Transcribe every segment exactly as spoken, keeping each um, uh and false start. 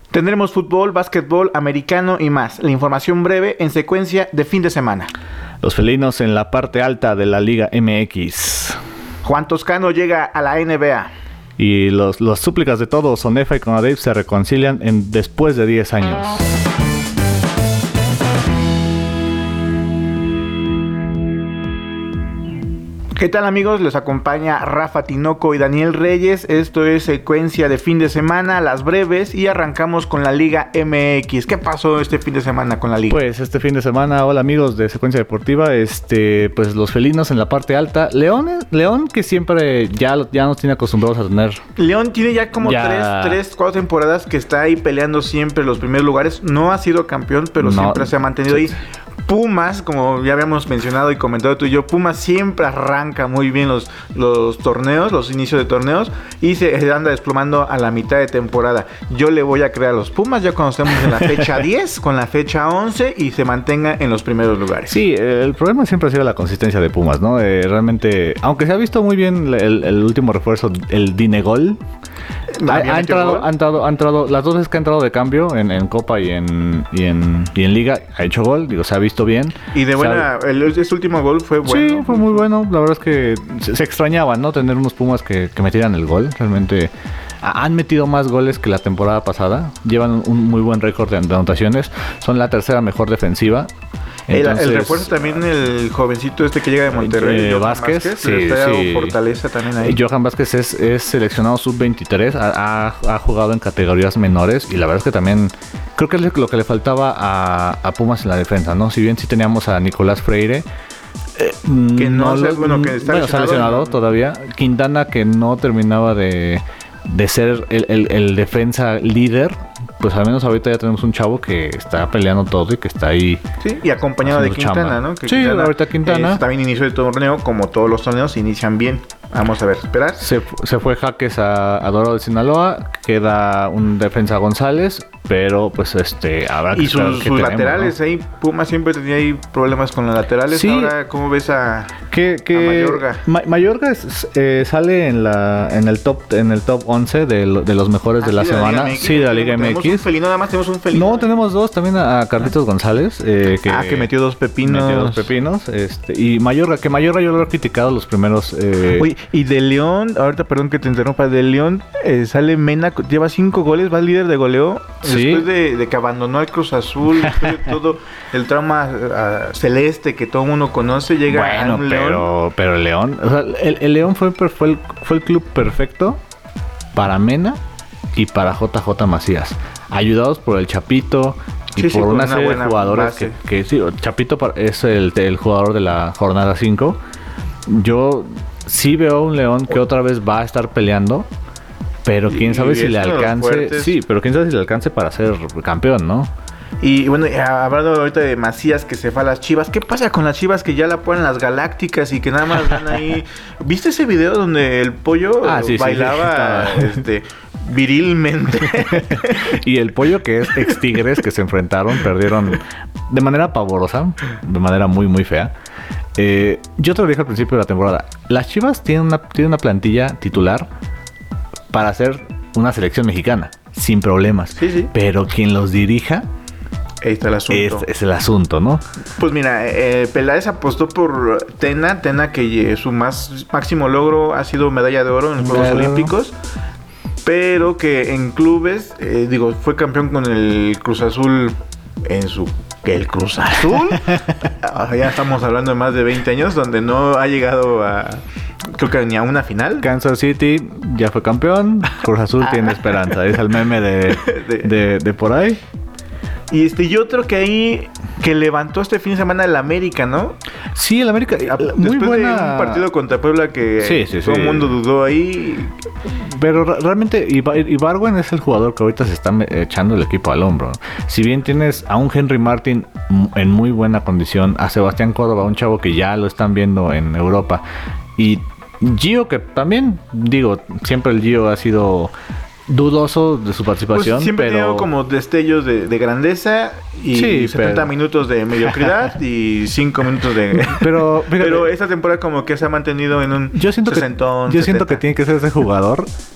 Tendremos fútbol, básquetbol, americano y más. La información breve en secuencia de fin de semana. Los felinos en la parte alta de la Liga M X. Juan Toscano llega a la N B A. Y los, las súplicas de todos, Onefa y Conadip se reconcilian en, después de diez años. ¿Qué tal, amigos? Les acompaña Rafa Tinoco y Daniel Reyes. Esto es secuencia de fin de semana, las breves, y arrancamos con la Liga M X. ¿Qué pasó este fin de semana con la Liga? Pues este fin de semana, hola amigos de Secuencia Deportiva, este, pues los felinos en la parte alta. León, León que siempre ya, ya nos tiene acostumbrados a tener. León tiene ya como ya... tres, tres, cuatro temporadas que está ahí peleando siempre los primeros lugares. No ha sido campeón, pero no, siempre se ha mantenido sí. ahí. Pumas, como ya habíamos mencionado y comentado tú y yo, Pumas siempre arranca muy bien los, los torneos, los inicios de torneos, y se anda desplomando a la mitad de temporada. Yo le voy a creer a los Pumas ya cuando estemos en la fecha diez, con la fecha once, y se mantenga en los primeros lugares. Sí, el problema siempre ha sido la consistencia de Pumas, ¿no? Eh, realmente, aunque se ha visto muy bien el, el último refuerzo, el Dinegol, ha, ha, entrado, ha, entrado, ha entrado, las dos veces que ha entrado de cambio en, en Copa y en, y en y en Liga, ha hecho gol, digo, se ha visto bien. Y de buena, o sea, el, este último gol fue bueno. Sí, fue muy bueno. La verdad es que se, se extrañaba, ¿no? Tener unos Pumas que, que metieran el gol. Realmente han metido más goles que la temporada pasada. Llevan un muy buen récord de anotaciones. Son la tercera mejor defensiva. Entonces, el, el refuerzo también, el jovencito este que llega de Monterrey, eh, Vázquez, Vázquez sí, está sí. Fortaleza también ahí. Johan Vázquez es, es seleccionado sub veintitrés, ha, ha, ha jugado en categorías menores, y la verdad es que también creo que es lo que le faltaba a, a Pumas en la defensa, ¿no? Si bien sí teníamos a Nicolás Freire, eh, que no, no sé, bueno, que está bueno, lesionado, lesionado no. todavía, Quintana, que no terminaba de, de ser el, el, el defensa líder. Pues al menos ahorita ya tenemos un chavo que está peleando todo y que está ahí. Sí, y acompañado de Quintana, chamba. ¿no? Que sí, Quintana, ahorita Quintana. Eh, también inició el torneo, como todos los torneos, inician bien. Vamos a ver, esperar. Se, se fue Jaques a, a Dorado de Sinaloa, queda un defensa González, pero pues este habrá que y sus, sus tenemos, laterales, ¿no? Ahí Puma siempre tenía ahí problemas con los laterales. Sí. Ahora, ¿cómo ves a, que, que a Mayorga? Ma- Mayorga es, eh, sale en la en el top en el top once de, lo, de los mejores ah, de la sí, semana. De sí, de la Liga tenemos M X. Un felino, nada más tenemos un felino. No, tenemos dos, también a Carlitos González. Eh, que, ah, que metió dos pepinos. Metió dos pepinos. Este, y Mayorga, que Mayorga yo lo he criticado los primeros. Eh, Uy, y de León, ahorita perdón que te interrumpa, de León eh, sale Mena, lleva cinco goles, va líder de goleo. Sí. Después de, de que abandonó el Cruz Azul, después de todo el trauma uh, celeste que todo el mundo conoce, llega bueno, a un pero, León. Pero León, o sea, el, el León fue, fue, el, fue el club perfecto para Mena y para J J Macías, ayudados por el Chapito y sí, por sí, una, una serie de jugadores que, que sí, Chapito es el, el jugador de la jornada cinco. Yo sí veo un León que otra vez va a estar peleando, pero quién sabe y si le alcance, sí, pero quién sabe si le alcance para ser campeón, ¿no? Y bueno, hablando ahorita de Macías que se fue a las Chivas, ¿qué pasa con las Chivas que ya la ponen las Galácticas y que nada más van ahí? ¿Viste ese video donde el pollo ah, sí, bailaba sí, sí. este virilmente? Y el pollo, que es ex Tigres, que se enfrentaron, perdieron de manera pavorosa, de manera muy muy fea. Eh, yo te lo dije al principio de la temporada, las Chivas tienen una, tienen una plantilla titular para hacer una selección mexicana sin problemas, sí, sí. Pero quien los dirija, ahí está el asunto. Es, es el asunto, ¿no? Pues mira, eh, Peláez apostó por Tena, Tena que eh, su más máximo logro ha sido medalla de oro en los Juegos Claro. Olímpicos, pero que en clubes, eh, digo, fue campeón con el Cruz Azul en su... ¿Que el Cruz Azul? Ya estamos hablando de más de veinte años, donde no ha llegado a... Creo que ni a una final. Kansas City ya fue campeón, Cruz Azul tiene esperanza, es el meme de, de, de, de por ahí. Y este y otro que ahí que levantó este fin de semana el América, ¿no? Sí, el América muy después buena... de un partido contra Puebla que sí, sí, todo sí. el mundo dudó ahí. Pero realmente Ibargüen es el jugador que ahorita se está echando el equipo al hombro. Si bien tienes a un Henry Martin en muy buena condición, a Sebastián Córdoba, un chavo que ya lo están viendo en Europa, y Gio, que también, digo, siempre el Gio ha sido dudoso de su participación, pues siempre pero... tengo como destellos de, de grandeza y sí, setenta pero... minutos de mediocridad y cinco minutos de... pero, fíjate, pero esta temporada como que se ha mantenido en un yo siento sesentón, que Yo siento setenta. que tiene que ser ese jugador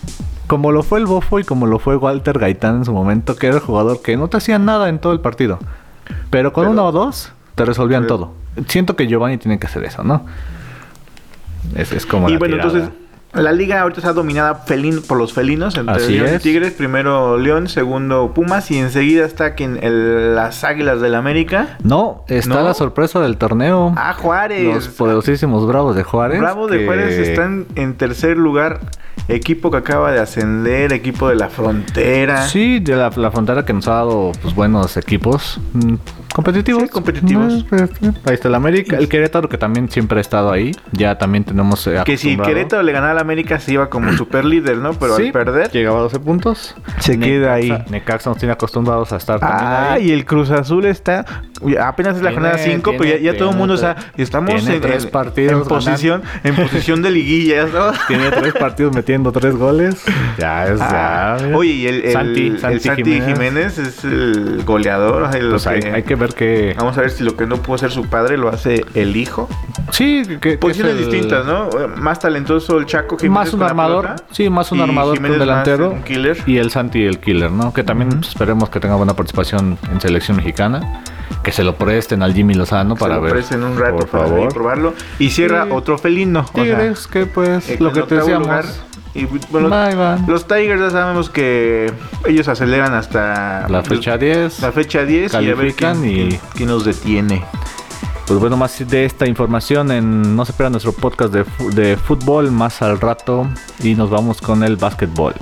como lo fue el Bofo y como lo fue Walter Gaitán en su momento, que era el jugador que no te hacía nada en todo el partido. Pero con pero, uno o dos te resolvían pero, todo. Siento que Giovanni tiene que hacer eso, ¿no? Es, es como y la bueno, tirada. Entonces... La liga ahorita está dominada felin, por los felinos, entre Así León es. y Tigres. Primero León, segundo Pumas y enseguida está quien el, las Águilas del América. No, está ¿No? la sorpresa del torneo. Ah, Juárez. Los poderosísimos Bravos de Juárez. Bravos que... de Juárez están en tercer lugar. Equipo que acaba de ascender, equipo de la Frontera. Sí, de la, la Frontera que nos ha dado pues, buenos equipos. Mm, competitivos. Sí, competitivos. No, pues, ahí está el América. El Querétaro que también siempre ha estado ahí. Ya también tenemos eh, que si Querétaro le ganaba al América se iba como super líder, ¿no? Pero sí, al perder llegaba a doce puntos. Se Necaxa, queda ahí. Necaxa nos tiene acostumbrados a estar también ah, ahí. Y el Cruz Azul está... Apenas es la jornada cinco, pero ya, ya todo el mundo... O sea, estamos en, tres en, partidos en posición en posición de liguilla. ¿No? Tiene tres partidos metiendo tres goles. Ya es... Ah, ya, oye, y el, el Santi, el Santi, Santi Jiménez. Jiménez es el goleador. El Pues que, hay, hay que ver que... Vamos a ver si lo que no pudo hacer su padre lo hace el hijo. Sí, que... Posiciones que el... distintas, ¿no? Más talentoso el Chaco Jiménez. Más un armador. Sí, más un armador que un delantero. Un killer. Y el Santi el killer, ¿no? Que también uh-huh. pues, esperemos que tenga buena participación en selección mexicana. Que se lo presten al Jimmy Lozano para ver. Se lo presten un rato por para favor. Ver, probarlo. Y cierra sí. otro felino. Tigres, o sea, que pues eh, lo que te decíamos. Lugar, y, bueno, Bye, los, los Tigers ya sabemos que ellos aceleran hasta la fecha diez. La fecha diez y a ver quién, y... quién, quién nos detiene. Pues bueno, más de esta información en No se espera nuestro podcast de, de fútbol más al rato y nos vamos con el básquetbol.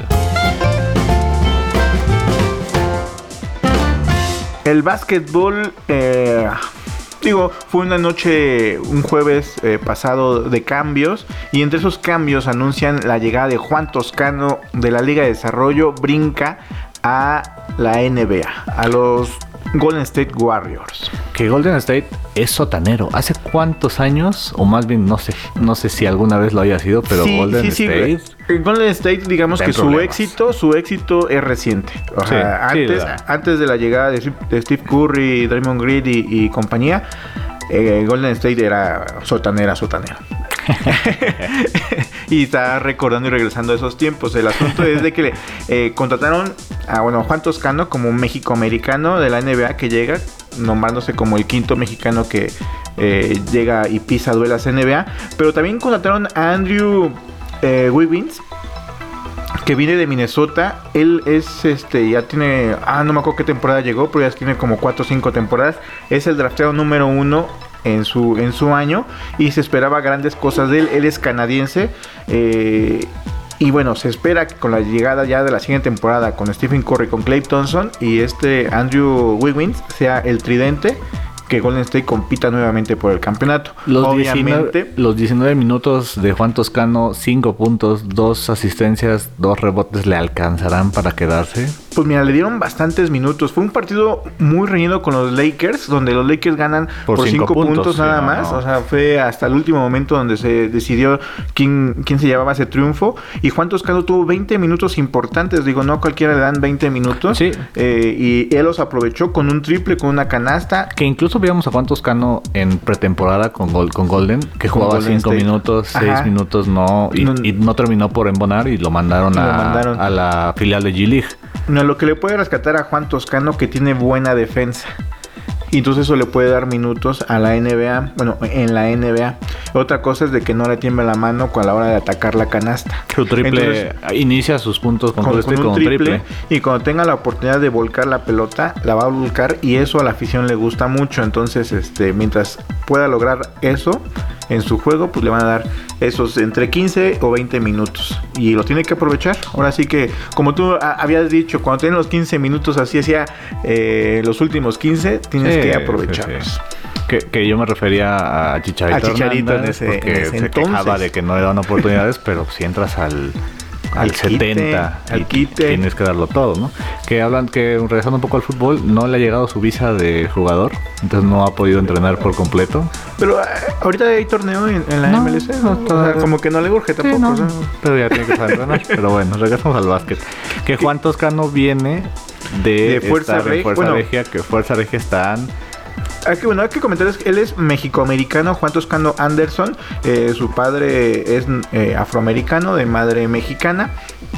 El básquetbol, eh, digo, fue una noche, un jueves eh, pasado de cambios y entre esos cambios anuncian la llegada de Juan Toscano de la Liga de Desarrollo, brinca a la N B A, a los Golden State Warriors. Que Golden State es sotanero. ¿Hace cuántos años? O más bien, no sé no sé si alguna vez lo haya sido, pero sí, Golden sí, State... Sí. Golden State, digamos que problemas. su éxito su éxito es reciente. O sí, sea, antes, sí, antes de la llegada de, de Steve Curry, Draymond Green y, y compañía, eh, Golden State era sotanera, sotanera. Y está recordando y regresando a esos tiempos. El asunto es de que eh, contrataron a bueno, Juan Toscano como un México-americano de la N B A que llega, nombrándose como el quinto mexicano que eh, llega y pisa duelas N B A. Pero también contrataron a Andrew eh, Wiggins, que viene de Minnesota. Él es este ya tiene ah no me acuerdo qué temporada llegó, pero ya tiene como cuatro o cinco temporadas. Es el drafteado número uno en su en su año y se esperaba grandes cosas de él. Él es canadiense eh, y bueno, se espera que con la llegada ya de la siguiente temporada con Stephen Curry, con Klay Thompson y este Andrew Wiggins sea el tridente, que Golden State compita nuevamente por el campeonato. Los Obviamente, diecinueve, los diecinueve minutos de Juan Toscano, cinco puntos, dos asistencias, dos rebotes, ¿le alcanzarán para quedarse? Pues mira, le dieron bastantes minutos. Fue un partido muy reñido con los Lakers, donde los Lakers ganan por, por cinco, cinco puntos, puntos nada sí, no, más. No. O sea, fue hasta el último momento donde se decidió quién, quién se llevaba ese triunfo. Y Juan Toscano tuvo veinte minutos importantes. Digo, no a cualquiera le dan veinte minutos. Sí. Eh, y él los aprovechó con un triple, con una canasta. Que incluso veíamos a Juan Toscano en pretemporada con, Gol, con Golden, que con jugaba cinco minutos, seis minutos, no y, no y no terminó por embonar y lo mandaron, a, lo mandaron. a la filial de G-League. No, lo que le puede rescatar a Juan Toscano, que tiene buena defensa. Y entonces eso le puede dar minutos a la N B A. Bueno, en la N B A. Otra cosa es de que no le tiemble la mano a la hora de atacar la canasta. Su triple entonces, inicia sus puntos con, con, este, con un, con triple, triple. Y cuando tenga la oportunidad de volcar la pelota, la va a volcar. Y eso a la afición le gusta mucho. Entonces, este, mientras pueda lograr eso en su juego, pues le van a dar esos entre quince o veinte minutos. Y lo tiene que aprovechar. Ahora sí que, como tú a, habías dicho, cuando tienen los quince minutos, así hacía eh, los últimos quince, tienes sí, que aprovecharlos. Sí, sí. Que, que yo me refería a Chicharito, a Chicharito en ese, porque en ese se entonces. quejaba de que no le dan oportunidades, pero si entras al al, al setenta quite, al quite. Tienes que darlo todo, ¿no? Que hablan que, regresando un poco al fútbol, no le ha llegado su visa de jugador, entonces no ha podido entrenar por completo. Pero eh, ahorita hay torneo en, en la no, M L C, ¿no? O sea, como que no le urge tampoco. Sí, no, o sea. Pero ya tiene que saber entrenar. Pero bueno, regresamos al básquet. Que Juan Toscano viene de, de Fuerza, Reg, Fuerza bueno, Regia, que Fuerza Regia están... Hay que, bueno, hay que comentar, es que él es mexicoamericano, Juan Toscano Anderson. Eh, su padre es eh, afroamericano, de madre mexicana.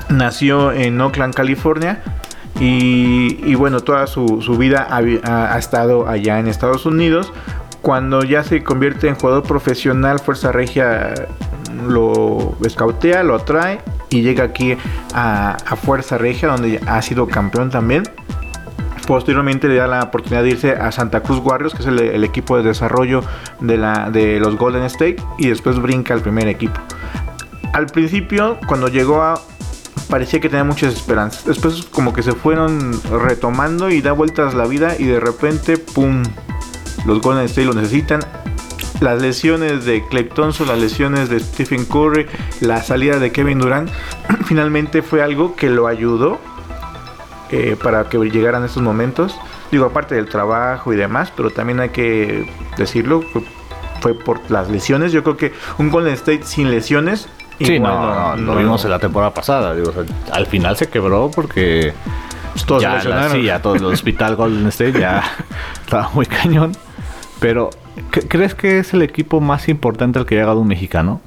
nació en Oakland, California. Y, y bueno, toda su, su vida ha, ha, ha estado allá en Estados Unidos. Cuando ya se convierte en jugador profesional, Fuerza Regia lo escautea, lo atrae y llega aquí a, a Fuerza Regia, donde ha sido campeón también. Posteriormente le da la oportunidad de irse a Santa Cruz Warriors, que es el, el equipo de desarrollo de, la, de los Golden State, y después brinca al primer equipo. Al principio, cuando llegó a... parecía que tenía muchas esperanzas. Después como que se fueron retomando y da vueltas la vida y de repente, ¡pum! Los Golden State lo necesitan. Las lesiones de Klay Thompson, las lesiones de Stephen Curry, la salida de Kevin Durant, finalmente fue algo que lo ayudó eh, para que llegaran estos momentos. Digo, aparte del trabajo y demás, pero también hay que decirlo, fue, fue por las lesiones. Yo creo que un Golden State sin lesiones... Sí, no, no, no, lo vimos en la temporada pasada. Digo, o sea, al final se quebró porque pues todos ya, la, sí, ya todo el hospital Golden State ya estaba muy cañón. Pero, ¿crees que es el equipo más importante al que ha llegado un mexicano?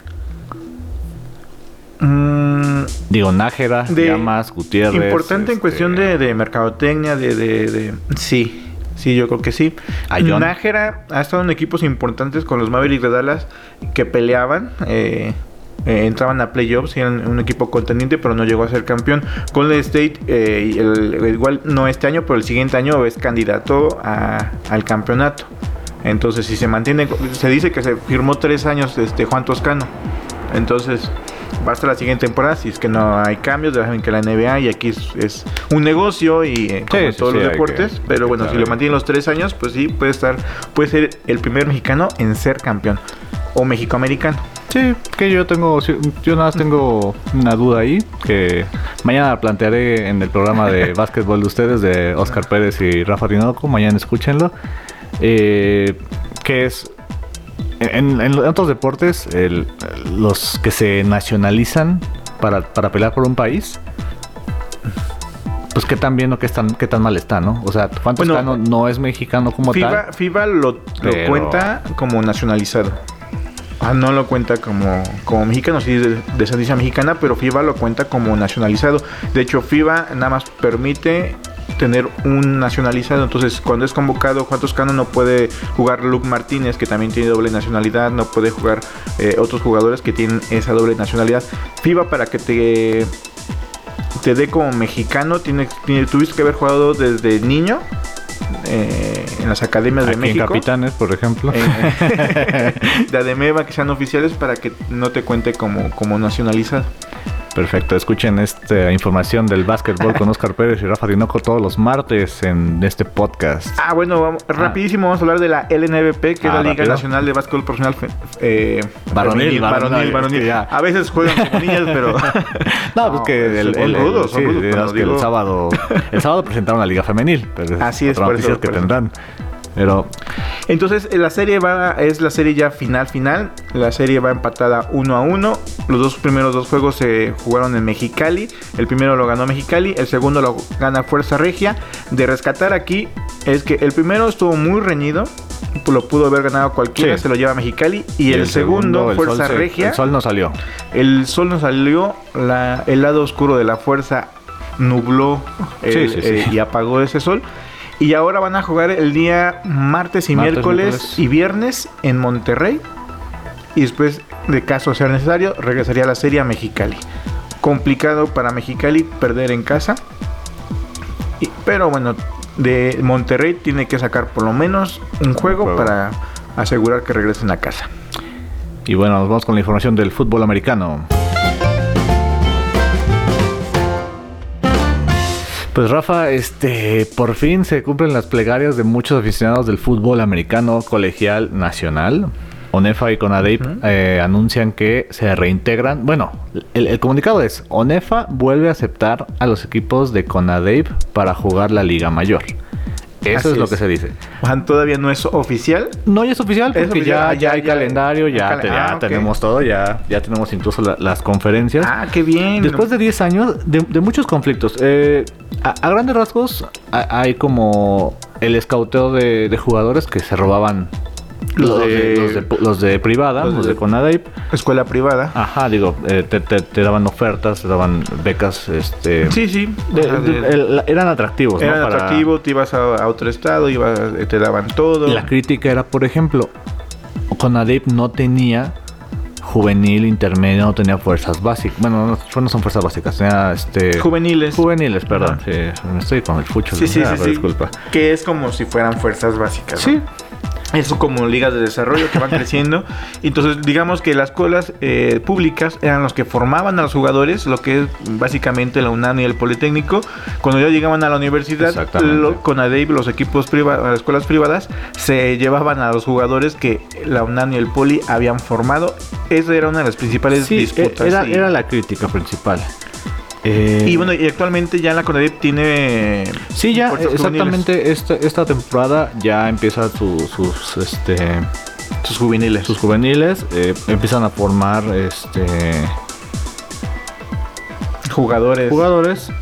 Mm, Digo, Nájera, Llamas, Gutiérrez. Importante este... en cuestión de, de mercadotecnia, de, de, de... Sí, sí, yo creo que sí. Nájera ha estado en equipos importantes con los Mavericks de Dallas que peleaban... Eh, Eh, entraban a playoffs y eran un equipo contendiente, pero no llegó a ser campeón. Golden State, eh, el, el, igual no este año, pero el siguiente año es candidato a, al campeonato. Entonces, si se mantiene, se dice que se firmó tres años este Juan Toscano. Entonces, va hasta la siguiente temporada. Si es que no hay cambios, ya saben que la N B A y aquí es, es un negocio y eh, como sí, en todos sí, los sí, deportes. que, pero bueno, claro, si lo mantienen los tres años, pues sí, puede estar, puede ser el primer mexicano en ser campeón o mexicoamericano. Sí, que yo tengo, yo nada más tengo una duda ahí, que mañana plantearé en el programa de básquetbol de ustedes, de Oscar Pérez y Rafa Tinoco, mañana escúchenlo, eh, que es, en, en otros deportes, el, los que se nacionalizan para, para pelear por un país, pues qué tan bien o qué tan, qué tan mal está, ¿no? O sea, Juan Toscano bueno, no es mexicano como FIBA, tal. FIBA lo, pero... lo cuenta como nacionalizado. Ah, no lo cuenta como, como mexicano, sí de descendencia mexicana, pero FIBA lo cuenta como nacionalizado. De hecho, FIBA nada más permite tener un nacionalizado. Entonces, cuando es convocado Juan Toscano, no puede jugar Luke Martínez, que también tiene doble nacionalidad. No puede jugar eh, otros jugadores que tienen esa doble nacionalidad. FIBA, para que te, te dé como mexicano, tiene, tiene, tuviste que haber jugado desde niño. Eh, en las academias de Aquí México. En Capitanes, por ejemplo. Eh, de Ademeva, que sean oficiales para que no te cuente como, como nacionalizado. Perfecto, escuchen esta información del básquetbol con Oscar Pérez y Rafa Tinoco todos los martes en este podcast. Ah, bueno, vamos, ah. rapidísimo vamos a hablar de la L N B P, que ah, es la Liga rápido. Nacional de Básquetbol Profesional eh, Varonil, varonil, varonil. Es que a veces juegan como niñas, pero... no, pues no, que el, el, rudos, sí, rudos, digamos digo... que el sábado el sábado presentaron la Liga Femenil, pero es así es, otra noticia que tendrán. Pero entonces la serie va es la serie ya final final. La serie va empatada uno a uno. Los dos primeros dos juegos se jugaron en Mexicali. El primero lo ganó Mexicali, el segundo lo gana Fuerza Regia. De rescatar aquí es que el primero estuvo muy reñido. Lo pudo haber ganado cualquiera, sí. Se lo lleva Mexicali. Y, y el, el segundo, segundo el Fuerza sol Regia. Se, el sol no salió. El sol no salió. La, el lado oscuro de la fuerza nubló el, sí, sí, eh, sí. y apagó ese sol. Y ahora van a jugar el día martes y martes, miércoles, miércoles y viernes en Monterrey. Y después, de caso sea necesario, regresaría a la serie a Mexicali. Complicado para Mexicali perder en casa. Y, pero bueno, de Monterrey tiene que sacar por lo menos un juego, un juego para asegurar que regresen a casa. Y bueno, nos vamos con la información del fútbol americano. Pues Rafa, este, por fin se cumplen las plegarias de muchos aficionados del fútbol americano colegial nacional. ONEFA y CONADEIP uh-huh. eh, anuncian que se reintegran. Bueno, el, el comunicado es: ONEFA vuelve a aceptar a los equipos de CONADEIP para jugar la Liga Mayor. Eso Así es lo es. que se dice. Juan, ¿todavía no es oficial? No, ya es oficial porque es oficial. Ya, ya, ya hay ya, calendario, ya, cal- te, ya ah, tenemos okay. todo, ya, ya tenemos incluso la, las conferencias. Ah, qué bien. Después de diez años de, de muchos conflictos, eh, a, a grandes rasgos a, hay como el escauteo de, de jugadores que se robaban Los, los, de, de, los, de, los de privada, los, los de, de CONADEIP. Escuela privada. Ajá, digo, eh, te, te, te daban ofertas, te daban becas, este... Sí, sí. De, de, el, eran atractivos, eran ¿no? Eran atractivos, Para... te ibas a, a otro estado, ibas, te daban todo. La crítica era, por ejemplo, CONADEIP no tenía juvenil, intermedio, no tenía fuerzas básicas. Bueno, no, no son fuerzas básicas, tenía este... Juveniles. Juveniles, perdón. Sí, me estoy con el fucho. Sí, sí, nada, sí, sí. Disculpa. Que es como si fueran fuerzas básicas, ¿no? Sí. Eso como ligas de desarrollo que van creciendo. Entonces, digamos que las escuelas eh, públicas eran los que formaban a los jugadores, lo que es básicamente la UNAM y el Politécnico. Cuando ya llegaban a la universidad, lo, CONADEIP, los equipos privados, las escuelas privadas, se llevaban a los jugadores que la UNAM y el Poli habían formado. Esa era una de las principales sí, disputas. Era, y... era la crítica principal. Eh, y bueno, y actualmente ya la CONADEIP tiene... Sí, ya exactamente esta, esta temporada ya empieza su, sus este sus juveniles. Sus juveniles eh, empiezan a formar este jugadores. Jugadores.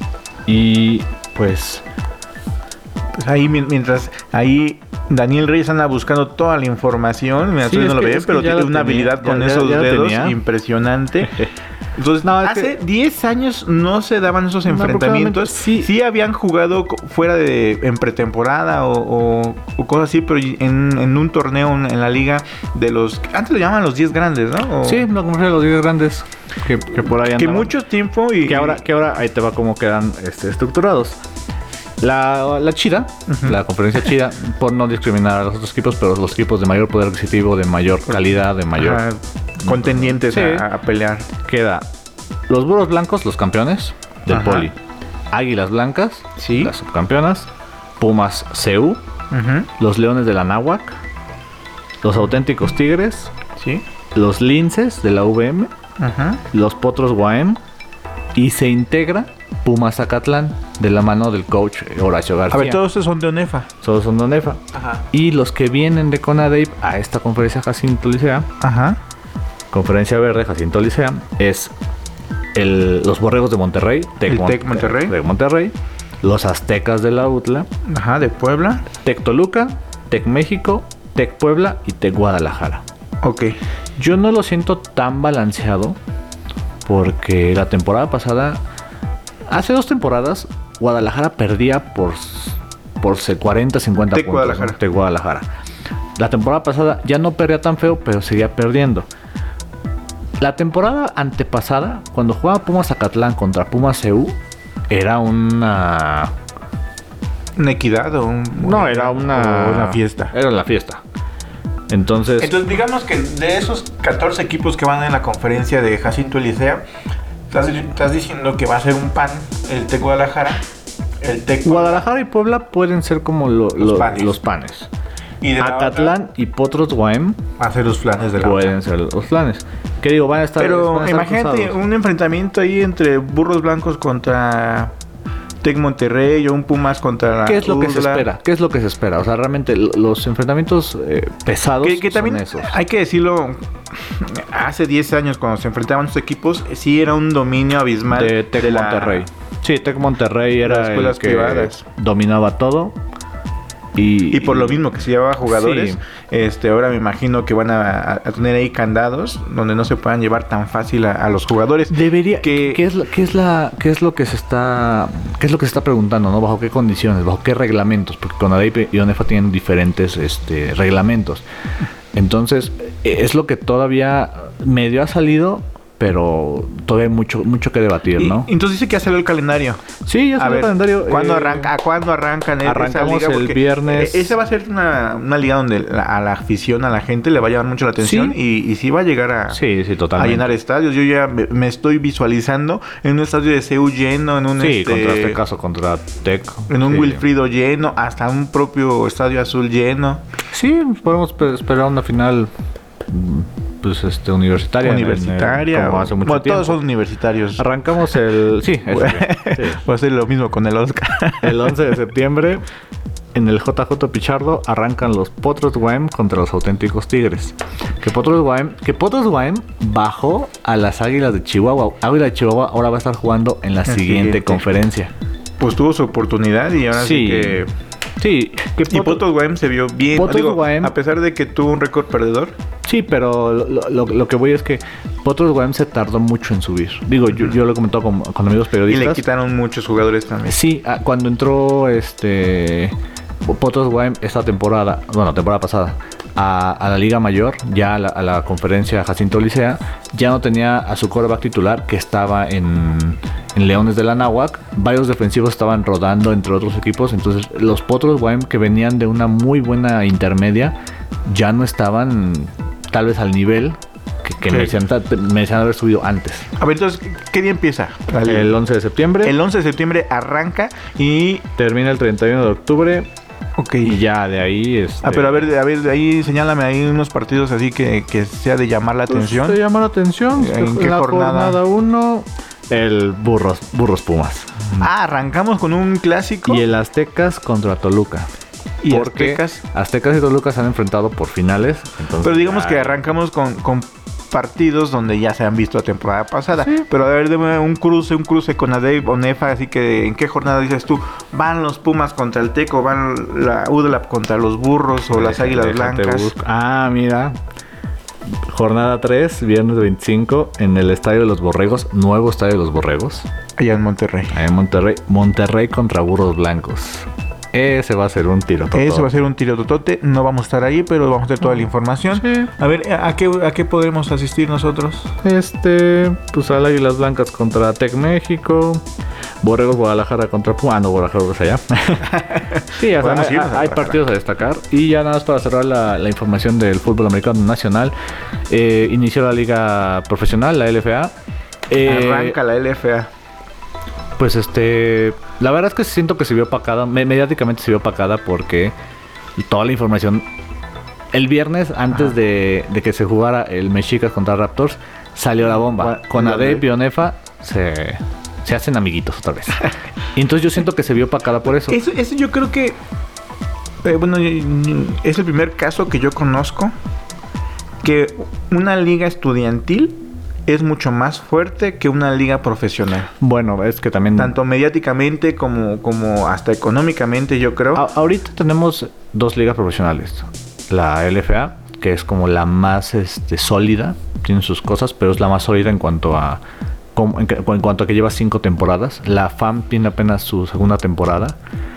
Y pues, pues ahí mientras ahí Daniel Reyes anda buscando toda la información, mira, sí, no lo ve, pero tiene una tenía, habilidad con ya, esos ya, ya dedos impresionante. Entonces, no, hace diez años no se daban esos enfrentamientos. Sí. sí habían jugado fuera de en pretemporada o, o, o cosas así, pero en, en un torneo en la liga de los... Antes lo llamaban los diez grandes, ¿no? O, sí, no, como los diez grandes que, que por ahí andaban. Que mucho tiempo y... Que ahora, que ahora ahí te va cómo quedan este, estructurados. La, la chida, uh-huh. la conferencia chida, por no discriminar a los otros equipos, pero los equipos de mayor poder adquisitivo, de mayor calidad, de mayor... Ajá. Contendientes sí. a, a pelear. Queda los burros blancos, los campeones del Ajá. Poli. Águilas blancas, sí. las subcampeonas. Pumas C U. Uh-huh. Los leones de la Náhuac. Los auténticos tigres. Sí. Los linces de la U V M. Uh-huh. Los potros Guaem. Y se integra Pumas Zacatlán de la mano del coach Horacio García. A ver, todos son de ONEFA. Todos son de ONEFA. Ajá. Y los que vienen de CONADEIP a esta conferencia Jacinto Licea. Ajá. Conferencia Verde, Jacinto Licea, es el, los Borregos de Monterrey, Tec, el Tec Monterrey. de Monterrey, los Aztecas de la U T L A, Ajá, de Puebla, Tec Toluca, Tec México, Tec Puebla y Tec Guadalajara. Ok. Yo no lo siento tan balanceado porque la temporada pasada, hace dos temporadas, Guadalajara perdía por, por cuarenta, cincuenta Tec puntos. Guadalajara. ¿no? Tec Guadalajara. La temporada pasada ya no perdía tan feo, pero seguía perdiendo. La temporada antepasada, cuando jugaba Pumas Zacatlán contra Pumas C U, era una... ¿Una equidad o un...? No, era una... una fiesta. Era la fiesta. Entonces... Entonces, digamos que de esos catorce equipos que van en la conferencia de Jacinto Licea, estás, estás diciendo que va a ser un pan el Tec Guadalajara, el Tec... Guadalajara y Puebla pueden ser como lo, los, lo, panes. los panes. Y de Acatlán y Potros Guaem van a ser los flanes de la pueden ser los flanes. ¿Qué digo? Van a estar. Pero van a estar imagínate cruzados. Un enfrentamiento ahí entre burros blancos contra Tec Monterrey o un Pumas contra la ¿Qué es lo que se Urla? espera? ¿Qué es lo que se espera? O sea, realmente los enfrentamientos eh, pesados que, que también son esos. Hay que decirlo, hace diez años cuando se enfrentaban estos equipos, sí era un dominio abismal de Tec de la, Monterrey. Sí, Tec Monterrey era el que privadas. dominaba todo. Y, y por lo mismo que se llevaba jugadores, sí. este ahora me imagino que van a, a tener ahí candados donde no se puedan llevar tan fácil a, a los jugadores. Debería que ¿qué es, qué es la qué es lo que se está qué es lo que se está preguntando, ¿no? Bajo qué condiciones, bajo qué reglamentos, porque CONADEIP y ONEFA tienen diferentes este reglamentos. Entonces, es lo que todavía medio ha salido, pero todavía hay mucho, mucho que debatir, ¿no? Y, entonces dice que ya salió el calendario. Sí, ya salió el calendario. ¿Cuándo eh, arranca? ¿A cuándo arrancan? Arrancamos esa liga? el viernes. Esa va a ser una, una liga donde la, a la afición, a la gente le va a llamar mucho la atención. Sí. Y, y sí va a llegar a, sí, sí, totalmente. a llenar estadios. Yo ya me, me estoy visualizando en un estadio de C U lleno, en un sí, este, contra este caso, contra Tec. En un sí. Wilfrido lleno, hasta un propio estadio azul lleno. Sí, podemos esperar una final... pues este universitaria universitaria en el, como hace mucho bueno, tiempo. Todos son universitarios. Arrancamos el sí, eso, sí. Va a ser lo mismo con el Oscar. El once de septiembre en el J J Pichardo arrancan los Potros Guaem contra los auténticos Tigres. Que Potros Guaem, que Potros Guaem bajó a las Águilas de Chihuahua. Águila de Chihuahua ahora va a estar jugando en la, la siguiente, siguiente conferencia. Pues tuvo su oportunidad y ahora sí, sí que Sí. Que Poto, y Potos Guaem se vio bien. Potos Digo, Guaem, a pesar de que tuvo un récord perdedor. Sí, pero lo, lo, lo que voy es que Potos Guaem se tardó mucho en subir. Digo, yo, yo lo he comentado con, con amigos periodistas. Y le quitaron muchos jugadores también. Sí, cuando entró este Potos Guaem esta temporada, bueno, temporada pasada, a, a la Liga Mayor, ya a la, a la conferencia Jacinto Licea, ya no tenía a su quarterback titular que estaba en, en Leones de la Náhuac. Varios defensivos estaban rodando entre otros equipos, entonces los Potos Guaem, que venían de una muy buena intermedia, ya no estaban tal vez al nivel que, que merecían, merecían haber subido antes. A ver, entonces, ¿qué día empieza? El once de septiembre. El once de septiembre arranca y termina el treinta y uno de octubre. Ok. Y ya de ahí este... Ah, pero a ver, a ver, de ahí señálame ahí unos partidos así que, que sea de llamar la atención. Pues, de llamar la atención. ¿En qué la jornada? uno, el Burros, Burros Pumas. Ah, arrancamos con un clásico. Y el Aztecas contra Toluca. Y porque Aztecas. Aztecas y Toluca se han enfrentado por finales. Entonces, pero digamos ay. que arrancamos con, con partidos donde ya se han visto la temporada pasada. Sí. Pero a ver, deme un cruce, un cruce con Adey o Nefa, así que ¿en qué jornada dices tú? ¿Van los Pumas contra el Teco? ¿Van la U D L A P contra los Burros o las Águilas Blancas? Busco. Ah, mira. Jornada tres, viernes veinticinco, en el Estadio de los Borregos, nuevo Estadio de los Borregos. Allá en Monterrey. Allá en Monterrey. Monterrey contra Burros Blancos. Ese va a ser un tirototote. Ese va a ser un tirototote. No vamos a estar ahí, pero vamos a tener toda la información. Sí. A ver, ¿a qué, ¿a qué podremos asistir nosotros? Este, pues al Águilas Blancas contra Tec México. Borregos Guadalajara contra Pumas. Ah, no, Guadalajara es allá. Sí, o sea, hay, hay partidos a destacar. Y ya nada más para cerrar la, la información del fútbol americano nacional. Eh, inició la liga profesional, la L F A. Eh, Arranca la L F A. Pues este, la verdad es que siento que se vio opacada, mediáticamente se vio opacada porque toda la información el viernes antes de, de que se jugara el Mexicas contra Raptors salió la bomba. Con Adey y Onefa se, se hacen amiguitos otra vez. Y entonces yo siento que se vio opacada por eso. Eso, eso yo creo que, eh, bueno, es el primer caso que yo conozco que una liga estudiantil es mucho más fuerte que una liga profesional. Bueno, es que también... Tanto mediáticamente como, como hasta económicamente, yo creo. A- ahorita tenemos dos ligas profesionales. La L F A, que es como la más este, sólida, tiene sus cosas, pero es la más sólida en cuanto a... Como, en, en cuanto a que lleva cinco temporadas. La F A M tiene apenas su segunda temporada.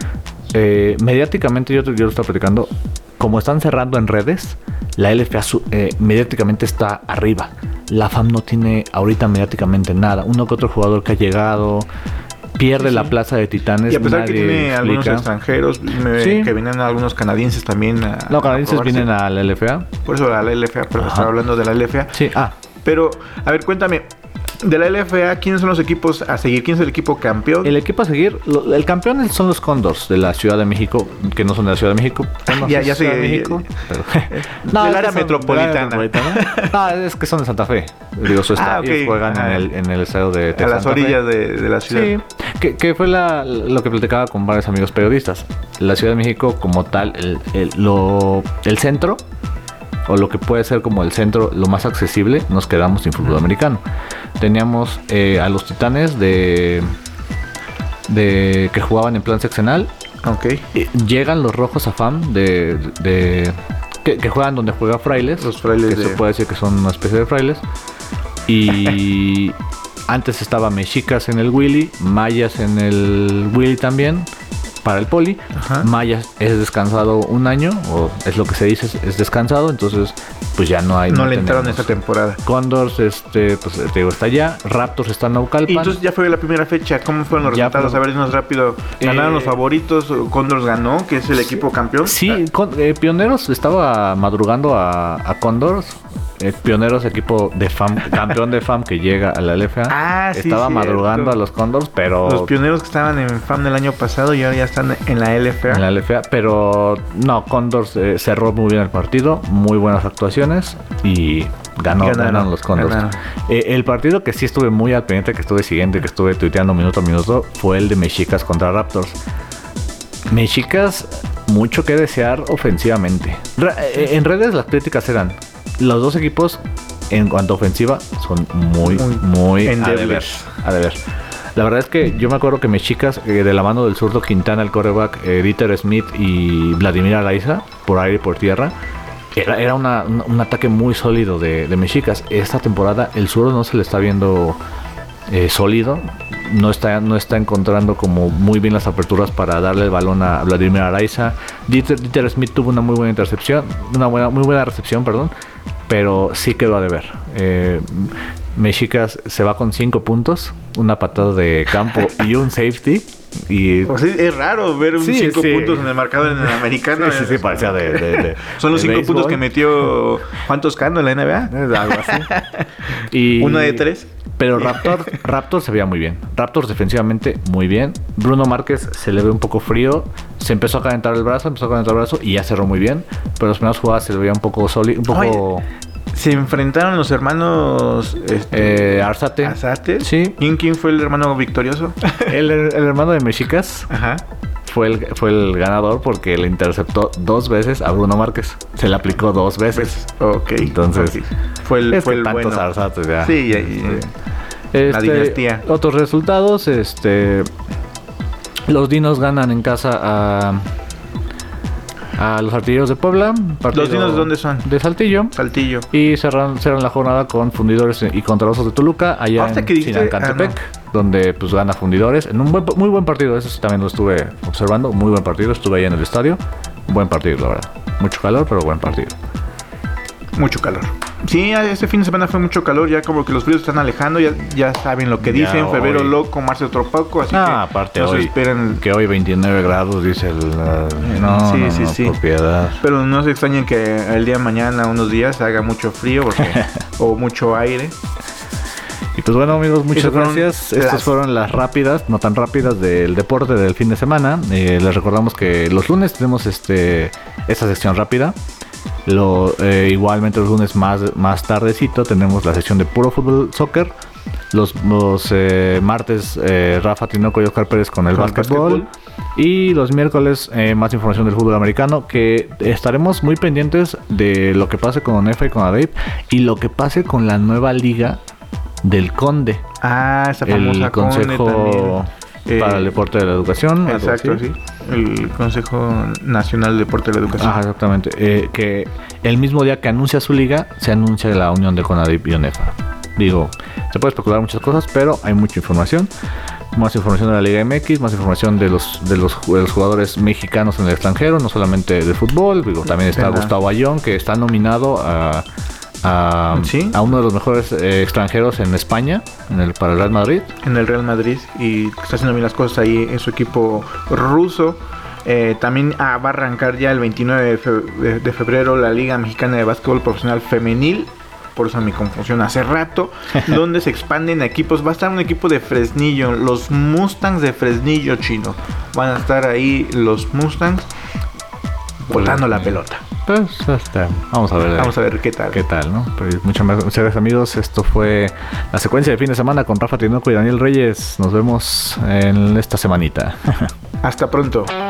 Eh, mediáticamente, yo, yo lo estaba platicando, como están cerrando en redes, la L F A eh, mediáticamente está arriba. La F A M no tiene ahorita mediáticamente nada. Uno que otro jugador que ha llegado pierde sí, sí. la plaza de Titanes. Y a pesar que tiene explica. algunos extranjeros, me, sí. que vienen algunos canadienses también. A, no, canadienses a vienen a la L F A. Por eso a la L F A, pero estaba hablando de la L F A. Sí, ah. Pero, a ver, cuéntame. De la L F A, ¿quiénes son los equipos a seguir? ¿Quién es el equipo campeón? El equipo a seguir, lo, el campeón son los Condors de la Ciudad de México, que no son de la Ciudad de México. No ya, ya sé. De México. Pero, no, del área metropolitana. No, es que son de Santa Fe. Digo, su estadio. Ah, okay. Juegan ah, en, el, en el estadio de, de a las orillas de, de la ciudad. Sí, que, que fue la, lo que platicaba con varios amigos periodistas. La Ciudad de México, como tal, el, el, lo, el centro, o lo que puede ser como el centro, lo más accesible, nos quedamos sin fútbol americano. Teníamos eh, a los Titanes de, de que jugaban en plan seccional. Okay. Llegan los Rojos a F A M de, de, de que, que juegan donde juega Frailes. Los Frailes. Que de... se puede decir que son una especie de Frailes. Y antes estaba Mexicas en el Willy, Mayas en el Willy también. Para el Poli, Ajá. Mayas es descansado un año, o es lo que se dice, es descansado, entonces pues ya no hay. No, no le entraron esta temporada. Condors, este, pues te digo, está allá. Raptors está en Naucalpan. Y entonces ya fue la primera fecha. ¿Cómo fueron los ya resultados? Fue... A ver, dinos rápido. ¿Ganaron eh, los favoritos? Condors ganó, que es el equipo campeón. Sí, con, eh, Pioneros estaba madrugando a, a Condors. Eh, Pioneros, equipo de F A M, campeón de F A M que llega a la L F A. Ah, sí, estaba cierto. madrugando a los Condors, pero... Los Pioneros que estaban en F A M del año pasado y ahora ya están en la L F A. En la L F A, pero no, Condors eh, cerró muy bien el partido, muy buenas actuaciones y ganó, ganaron, ganaron los Condors. Ganaron. Eh, el partido que sí estuve muy al pendiente, que estuve siguiendo y que estuve tuiteando minuto a minuto, fue el de Mexicas contra Raptors. Mexicas, mucho que desear ofensivamente. Re- en redes las críticas eran... Los dos equipos, en cuanto a ofensiva, son muy, muy, muy a deber. A deber. La verdad es que yo me acuerdo que Mexicas, eh, de la mano del zurdo Quintana, el quarterback, eh, Dieter Smith y Vladimir Araiza, por aire y por tierra, era, era una, un, un ataque muy sólido de, de Mexicas. Esta temporada el zurdo no se le está viendo eh, sólido, no está, no está encontrando como muy bien las aperturas para darle el balón a Vladimir Araiza. Dieter, Dieter Smith tuvo una muy buena intercepción, una buena, muy buena recepción, perdón, pero sí quedó a deber. Eh, Mexicas se va con cinco puntos, una patada de campo y un safety. Y pues sí, es raro ver un sí, cinco sí. puntos en el marcador en el americano. Sí, sí, sí, parecía de, de, de Son los de cinco béisbol. puntos que metió Juan Toscano en la N B A. Algo así. Y, Uno de tres. Pero Raptor, Raptor se veía muy bien. Raptors defensivamente muy bien. Bruno Márquez se le ve un poco frío. Se empezó a calentar el brazo, empezó a calentar el brazo y ya cerró muy bien. Pero las primeras jugadas se le veía un poco sólido, un poco. Oye, se enfrentaron los hermanos este, eh, Arzate. Arzate. Sí. ¿Quién, ¿Quién fue el hermano victorioso? El, el hermano de Mexicas. Ajá. Fue el, fue el ganador porque le interceptó dos veces a Bruno Márquez. Se le aplicó dos veces. Pues, ok. Entonces, okay. fue el, es fue que el tantos bueno. Arzates ya. Sí, ya, ya. Este, la dinastía. Otros resultados, este, los Dinos ganan en casa a, a los Artilleros de Puebla. ¿Los Dinos de dónde son? De Saltillo. Saltillo. Y cerran, cerran la jornada con Fundidores y contra Osos de Toluca, allá Hasta en que dijiste, Chinacantepec, ah, no. donde pues gana Fundidores. En un buen, muy buen partido, eso sí también lo estuve observando, muy buen partido, estuve ahí en el estadio. Buen partido, la verdad. Mucho calor, pero buen partido. Mucho calor. Sí, este fin de semana fue mucho calor, ya como que los fríos están alejando, ya, ya saben lo que Ya dicen, febrero hoy. loco, marzo otro poco, así Ah, que aparte no hoy, se esperen. que hoy veintinueve grados, dice el... Uh, no, Sí, no, sí, no, sí. propiedad. Pero no se extrañen que el día de mañana, unos días, haga mucho frío porque, o mucho aire. Y pues bueno, amigos, muchas Esas fueron gracias. las- Estas fueron las rápidas, no tan rápidas, del deporte del fin de semana. Eh, les recordamos que los lunes tenemos este esta sección rápida. Lo, eh, igualmente los lunes más, más tardecito tenemos la sección de puro fútbol soccer. Los, los eh, martes eh, Rafa Tinoco y Oscar Pérez con el Con el básquetbol. básquetbol. Y los miércoles eh, más información del fútbol americano, que estaremos muy pendientes de lo que pase con ONEFA y con ADEIP y lo que pase con la nueva liga del Conde. Ah, esa famosa El Conde Consejo también. para Eh, el Deporte de la Educación. algo Exacto, así. sí. El Consejo Nacional de Deporte de la Educación. Ajá, exactamente. Eh, que el mismo día que anuncia su liga, se anuncia la unión de CONADEIP y ONEFA. Digo, se puede especular muchas cosas, pero hay mucha información. Más información de la Liga M X, más información de los de los, de los jugadores mexicanos en el extranjero, no solamente de fútbol. Digo, también está De la- Gustavo Ayón, que está nominado a, a, ¿Sí? a uno de los mejores eh, extranjeros en España, en el, para el Real Madrid. En el Real Madrid y está haciendo bien las cosas ahí en su equipo ruso. Eh, también ah, va a arrancar ya el veintinueve de, fe- de- de febrero la Liga Mexicana de Básquetbol Profesional Femenil. Por eso mi confusión hace rato. Donde se expanden a equipos. Va a estar un equipo de Fresnillo. Los Mustangs de Fresnillo, chino. Van a estar ahí los Mustangs botando la pelota. Pues hasta, vamos a ver. Vamos a ver qué tal. ¿Qué tal, no? Pues muchas, muchas gracias, amigos. Esto fue la secuencia de fin de semana con Rafa Tinoco y Daniel Reyes. Nos vemos en esta semanita. Hasta pronto.